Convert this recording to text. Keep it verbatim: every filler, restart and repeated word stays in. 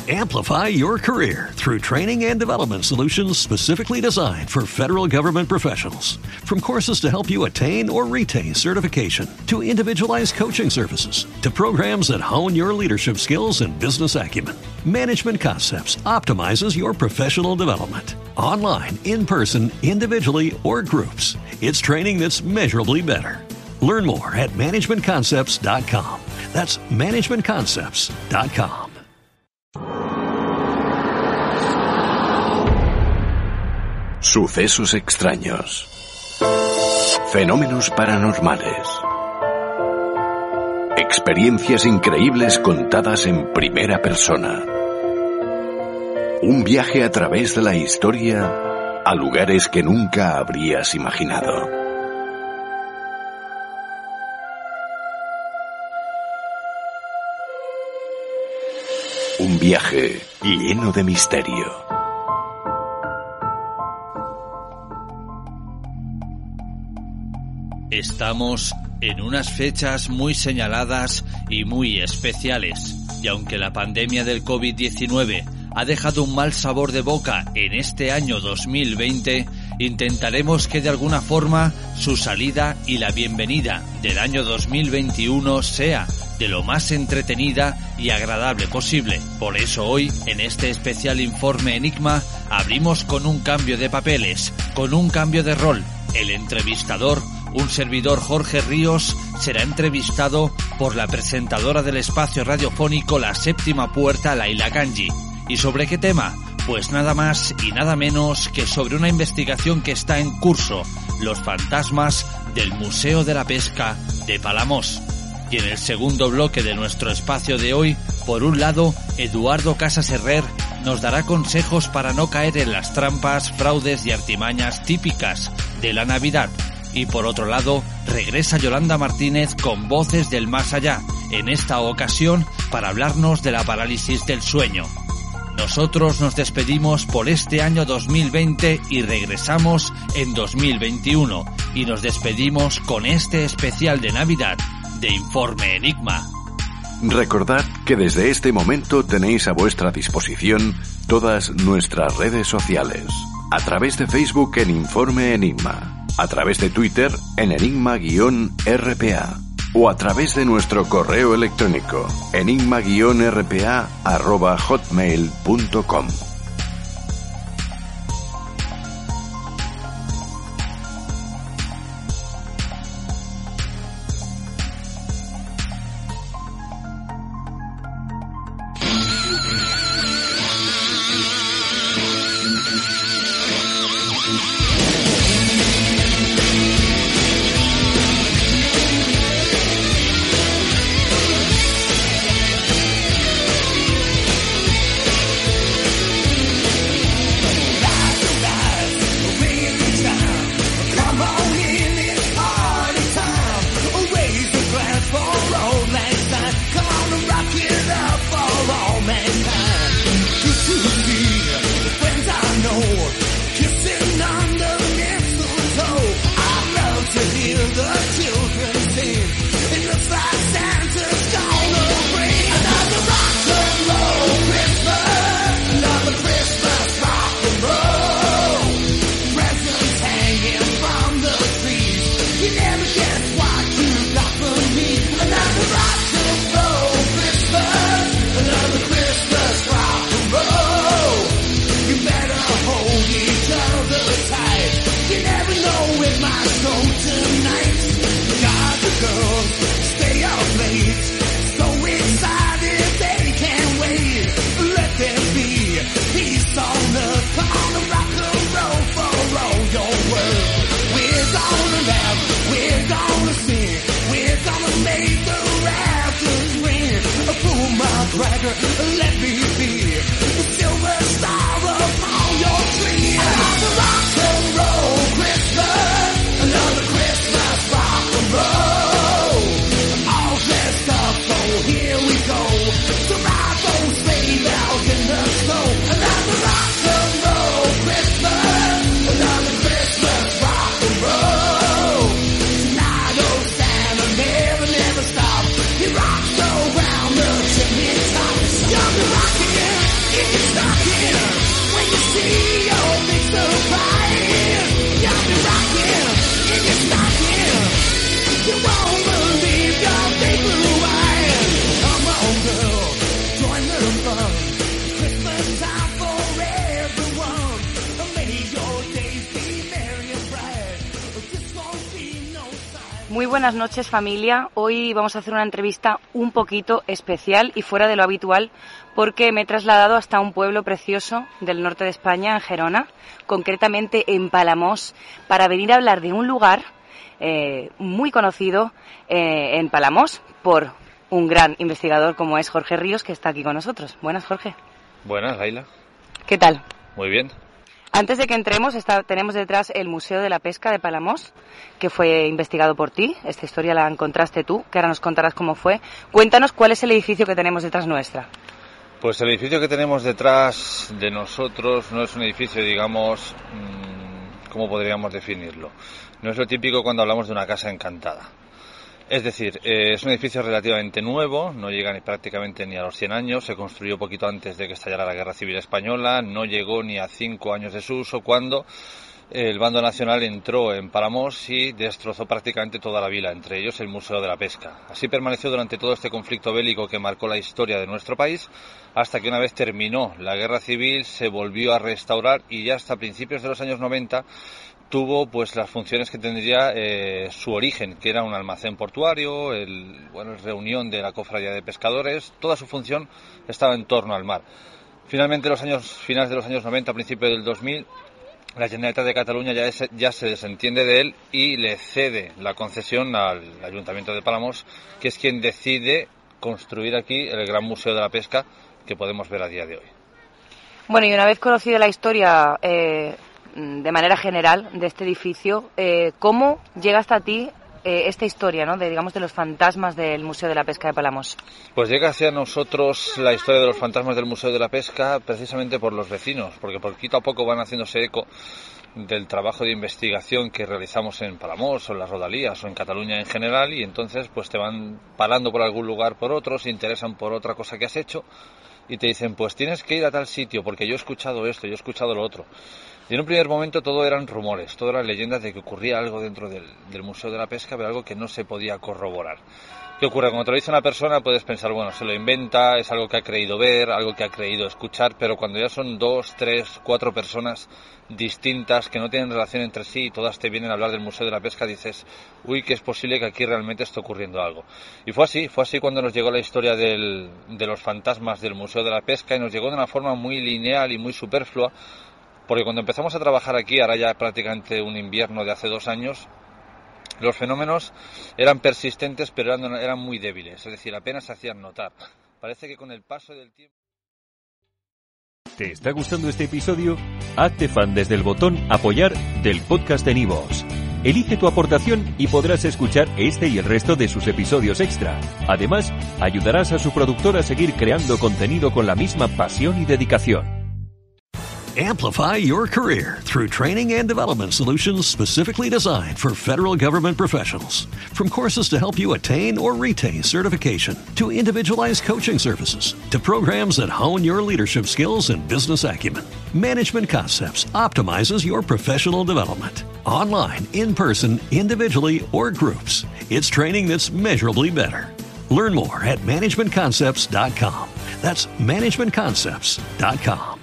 Amplify your career through training and development solutions specifically designed for federal government professionals. From courses to help you attain or retain certification, to individualized coaching services, to programs that hone your leadership skills and business acumen, Management Concepts optimizes your professional development. Online, in person, individually, or groups, it's training that's measurably better. Learn more at management concepts dot com. That's management concepts dot com. Sucesos extraños. Fenómenos paranormales. Experiencias increíbles contadas en primera persona. Un viaje a través de la historia a lugares que nunca habrías imaginado. Un viaje lleno de misterio. Estamos en unas fechas muy señaladas y muy especiales, y aunque la pandemia del covid diecinueve ha dejado un mal sabor de boca en este año dos mil veinte, intentaremos que de alguna forma su salida y la bienvenida del año dos mil veintiuno sea de lo más entretenida y agradable posible. Por eso hoy, en este especial Informe Enigma, abrimos con un cambio de papeles, con un cambio de rol. El entrevistador, un servidor Jorge Ríos, será entrevistado por la presentadora del espacio radiofónico La Séptima Puerta, Laila Kanji. ¿Y sobre qué tema? Pues nada más y nada menos que sobre una investigación que está en curso, los fantasmas del Museo de la Pesca de Palamós. Y en el segundo bloque de nuestro espacio de hoy, por un lado, Eduardo Casas Herrer nos dará consejos para no caer en las trampas, fraudes y artimañas típicas de la Navidad. Y por otro lado, regresa Yolanda Martínez con Voces del Más Allá, en esta ocasión para hablarnos de la parálisis del sueño. Nosotros nos despedimos por este año dos mil veinte y regresamos en dos mil veintiuno. Y nos despedimos con este especial de Navidad de Informe Enigma. Recordad que desde este momento tenéis a vuestra disposición todas nuestras redes sociales. A través de Facebook en Informe Enigma, a través de Twitter en enigma-R P A o a través de nuestro correo electrónico enigma-R P A arroba hotmail punto com. Rock the Muy buenas noches, familia. Hoy vamos a hacer una entrevista un poquito especial y fuera de lo habitual porque me he trasladado hasta un pueblo precioso del norte de España, en Gerona, concretamente en Palamós, para venir a hablar de un lugar eh, muy conocido eh, en Palamós por un gran investigador como es Jorge Ríos, que está aquí con nosotros. Buenas, Jorge. Buenas, Laila. ¿Qué tal? Muy bien. Antes de que entremos, está, tenemos detrás el Museo de la Pesca de Palamós, que fue investigado por ti. Esta historia la encontraste tú, que ahora nos contarás cómo fue. Cuéntanos cuál es el edificio que tenemos detrás nuestra. Pues el edificio que tenemos detrás de nosotros no es un edificio, digamos, mmm, ¿cómo podríamos definirlo? No es lo típico cuando hablamos de una casa encantada. Es decir, eh, es un edificio relativamente nuevo, no llega ni prácticamente ni a los cien años, se construyó poquito antes de que estallara la Guerra Civil Española, no llegó ni a cinco años de su uso cuando el bando nacional entró en Palamós y destrozó prácticamente toda la vila, entre ellos el Museo de la Pesca. Así permaneció durante todo este conflicto bélico que marcó la historia de nuestro país, hasta que una vez terminó la Guerra Civil se volvió a restaurar y ya hasta principios de los años noventa tuvo pues las funciones que tendría eh, su origen, que era un almacén portuario, el, bueno, reunión de la cofradía de pescadores, toda su función estaba en torno al mar. Finalmente, los años finales de los años noventa, a principios del dos mil, la Generalitat de Cataluña ya, es, ya se desentiende de él y le cede la concesión al Ayuntamiento de Palamós, que es quien decide construir aquí el Gran Museo de la Pesca que podemos ver a día de hoy. Bueno, y una vez conocida la historia eh, de manera general de este edificio, eh, ¿cómo llega hasta ti eh, esta historia, ¿no? de, digamos, de los fantasmas del Museo de la Pesca de Palamós? Pues llega hacia nosotros la historia de los fantasmas del Museo de la Pesca precisamente por los vecinos, porque poquito a poco van haciéndose eco del trabajo de investigación que realizamos en Palamós o en las Rodalías o en Cataluña en general, y entonces pues te van parando por algún lugar por otro, se interesan por otra cosa que has hecho y te dicen, pues tienes que ir a tal sitio porque yo he escuchado esto, yo he escuchado lo otro. Y en un primer momento todo eran rumores, todo eran leyendas de que ocurría algo dentro del, del Museo de la Pesca, pero algo que no se podía corroborar. ¿Qué ocurre? Cuando te lo dice una persona puedes pensar, bueno, se lo inventa, es algo que ha creído ver, algo que ha creído escuchar, pero cuando ya son dos, tres, cuatro personas distintas que no tienen relación entre sí y todas te vienen a hablar del Museo de la Pesca, dices, uy, que es posible que aquí realmente esté ocurriendo algo. Y fue así, fue así cuando nos llegó la historia del, de los fantasmas del Museo de la Pesca, y nos llegó de una forma muy lineal y muy superflua, porque cuando empezamos a trabajar aquí, ahora ya prácticamente un invierno de hace dos años, los fenómenos eran persistentes pero eran, eran muy débiles, es decir, apenas se hacían notar. Parece que con el paso del tiempo... ¿Te está gustando este episodio? Hazte fan desde el botón Apoyar del podcast de Nivos. Elige tu aportación y podrás escuchar este y el resto de sus episodios extra. Además, ayudarás a su productor a seguir creando contenido con la misma pasión y dedicación. Amplify your career through training and development solutions specifically designed for federal government professionals. From courses to help you attain or retain certification, to individualized coaching services, to programs that hone your leadership skills and business acumen, Management Concepts optimizes your professional development. Online, in person, individually, or groups, it's training that's measurably better. Learn more at management concepts dot com. That's management concepts dot com.